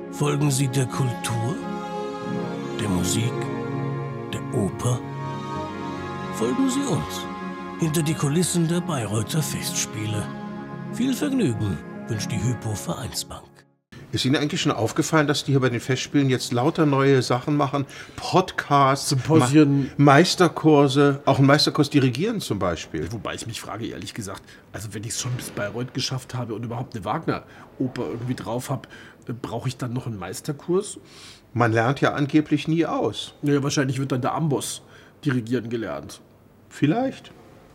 Folgen Sie der Kultur, der Musik, der Oper? Folgen Sie uns hinter die Kulissen der Bayreuther Festspiele. Viel Vergnügen wünscht die Hypo Vereinsbank. Ist Ihnen eigentlich schon aufgefallen, dass die hier bei den Festspielen jetzt lauter neue Sachen machen? Podcasts, Symposien, Meisterkurse, auch einen Meisterkurs dirigieren zum Beispiel. Wobei ich mich frage, ehrlich gesagt, also wenn ich es schon bis Bayreuth geschafft habe und überhaupt eine Wagner-Oper irgendwie drauf habe, brauche ich dann noch einen Meisterkurs? Man lernt ja angeblich nie aus. Naja, wahrscheinlich wird dann der Amboss dirigieren gelernt. Vielleicht.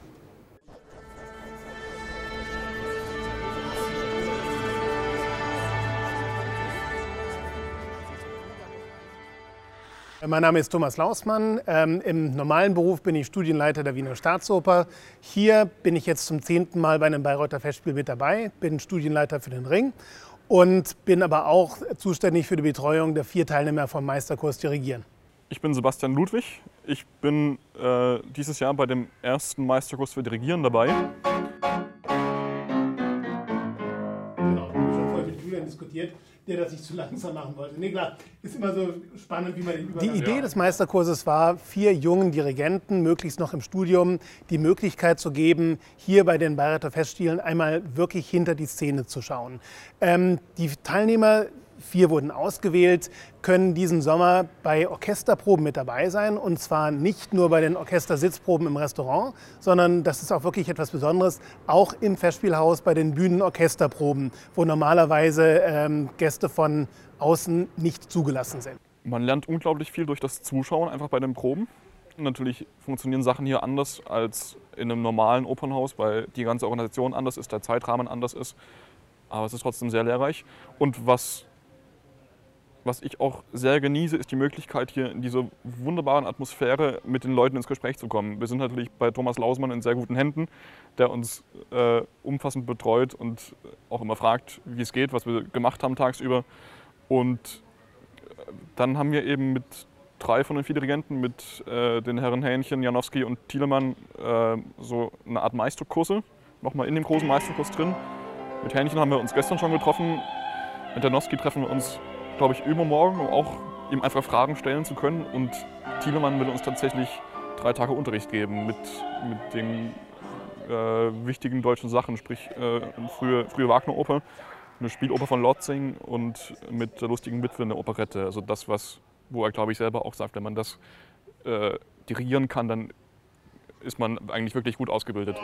Mein Name ist Thomas Lausmann. Im normalen Beruf bin ich Studienleiter der Wiener Staatsoper. Hier bin ich jetzt zum 10. Mal bei einem Bayreuther Festspiel mit dabei, bin Studienleiter für den Ring und bin aber auch zuständig für die Betreuung der 4 Teilnehmer vom Meisterkurs Dirigieren. Ich bin Sebastian Ludwig. Ich bin dieses Jahr bei dem ersten Meisterkurs für Dirigieren dabei. Genau, ich habe schon vorher mit Julian diskutiert, der das nicht zu langsam machen wollte. Nee, klar, ist immer so spannend, wie man den Übergang... Die Idee des Meisterkurses war, 4 jungen Dirigenten, möglichst noch im Studium, die Möglichkeit zu geben, hier bei den Bayreuther Festspielen einmal wirklich hinter die Szene zu schauen. Die Teilnehmer, 4 wurden ausgewählt, können diesen Sommer bei Orchesterproben mit dabei sein. Und zwar nicht nur bei den Orchestersitzproben im Restaurant, sondern das ist auch wirklich etwas Besonderes, auch im Festspielhaus bei den Bühnenorchesterproben, wo normalerweise Gäste von außen nicht zugelassen sind. Man lernt unglaublich viel durch das Zuschauen, einfach bei den Proben. Natürlich funktionieren Sachen hier anders als in einem normalen Opernhaus, weil die ganze Organisation anders ist, der Zeitrahmen anders ist. Aber es ist trotzdem sehr lehrreich. Und was ich auch sehr genieße, ist die Möglichkeit, hier in dieser wunderbaren Atmosphäre mit den Leuten ins Gespräch zu kommen. Wir sind natürlich bei Thomas Lausmann in sehr guten Händen, der uns umfassend betreut und auch immer fragt, wie es geht, was wir gemacht haben tagsüber. Und dann haben wir eben mit 3 von den 4 Dirigenten, mit den Herren Hähnchen, Janowski und Thielemann, so eine Art Meisterkurse, nochmal in dem großen Meisterkurs drin. Mit Hähnchen haben wir uns gestern schon getroffen, mit Janowski treffen wir uns, glaube ich, übermorgen, um auch ihm einfach Fragen stellen zu können. Und Thielemann will uns tatsächlich 3 Tage Unterricht geben mit den wichtigen deutschen Sachen, sprich frühe Wagner-Oper, eine Spieloper von Lotzing und mit der lustigen Witwe eine Operette. Also das, wo er, glaube ich, selber auch sagt, wenn man das dirigieren kann, dann ist man eigentlich wirklich gut ausgebildet.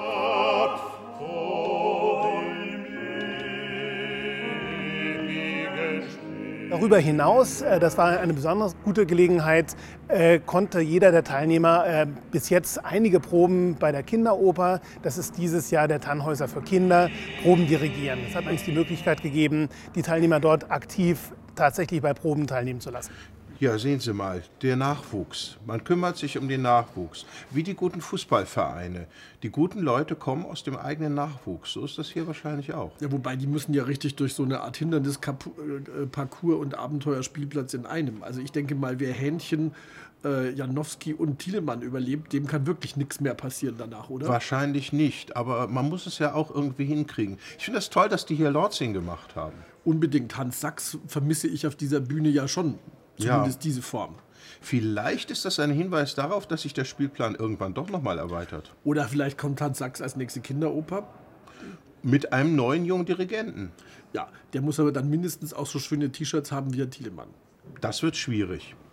Darüber hinaus, das war eine besonders gute Gelegenheit, konnte jeder der Teilnehmer bis jetzt einige Proben bei der Kinderoper, das ist dieses Jahr der Tannhäuser für Kinder, Proben dirigieren. Das hat uns die Möglichkeit gegeben, die Teilnehmer dort aktiv tatsächlich bei Proben teilnehmen zu lassen. Ja, sehen Sie mal, der Nachwuchs. Man kümmert sich um den Nachwuchs. Wie die guten Fußballvereine. Die guten Leute kommen aus dem eigenen Nachwuchs. So ist das hier wahrscheinlich auch. Ja, wobei die müssen ja richtig durch so eine Art Hindernisparcours und Abenteuerspielplatz in einem. Also ich denke mal, wer Hähnchen, Janowski und Thielemann überlebt, dem kann wirklich nichts mehr passieren danach, oder? Wahrscheinlich nicht, aber man muss es ja auch irgendwie hinkriegen. Ich finde es toll, dass die hier Lotzing gemacht haben. Unbedingt. Hans Sachs vermisse ich auf dieser Bühne ja schon. Zumindest diese Form. Vielleicht ist das ein Hinweis darauf, dass sich der Spielplan irgendwann doch nochmal erweitert. Oder vielleicht kommt Hans Sachs als nächste Kinderoper. Mit einem neuen jungen Dirigenten. Ja, der muss aber dann mindestens auch so schöne T-Shirts haben wie der Thielemann. Das wird schwierig.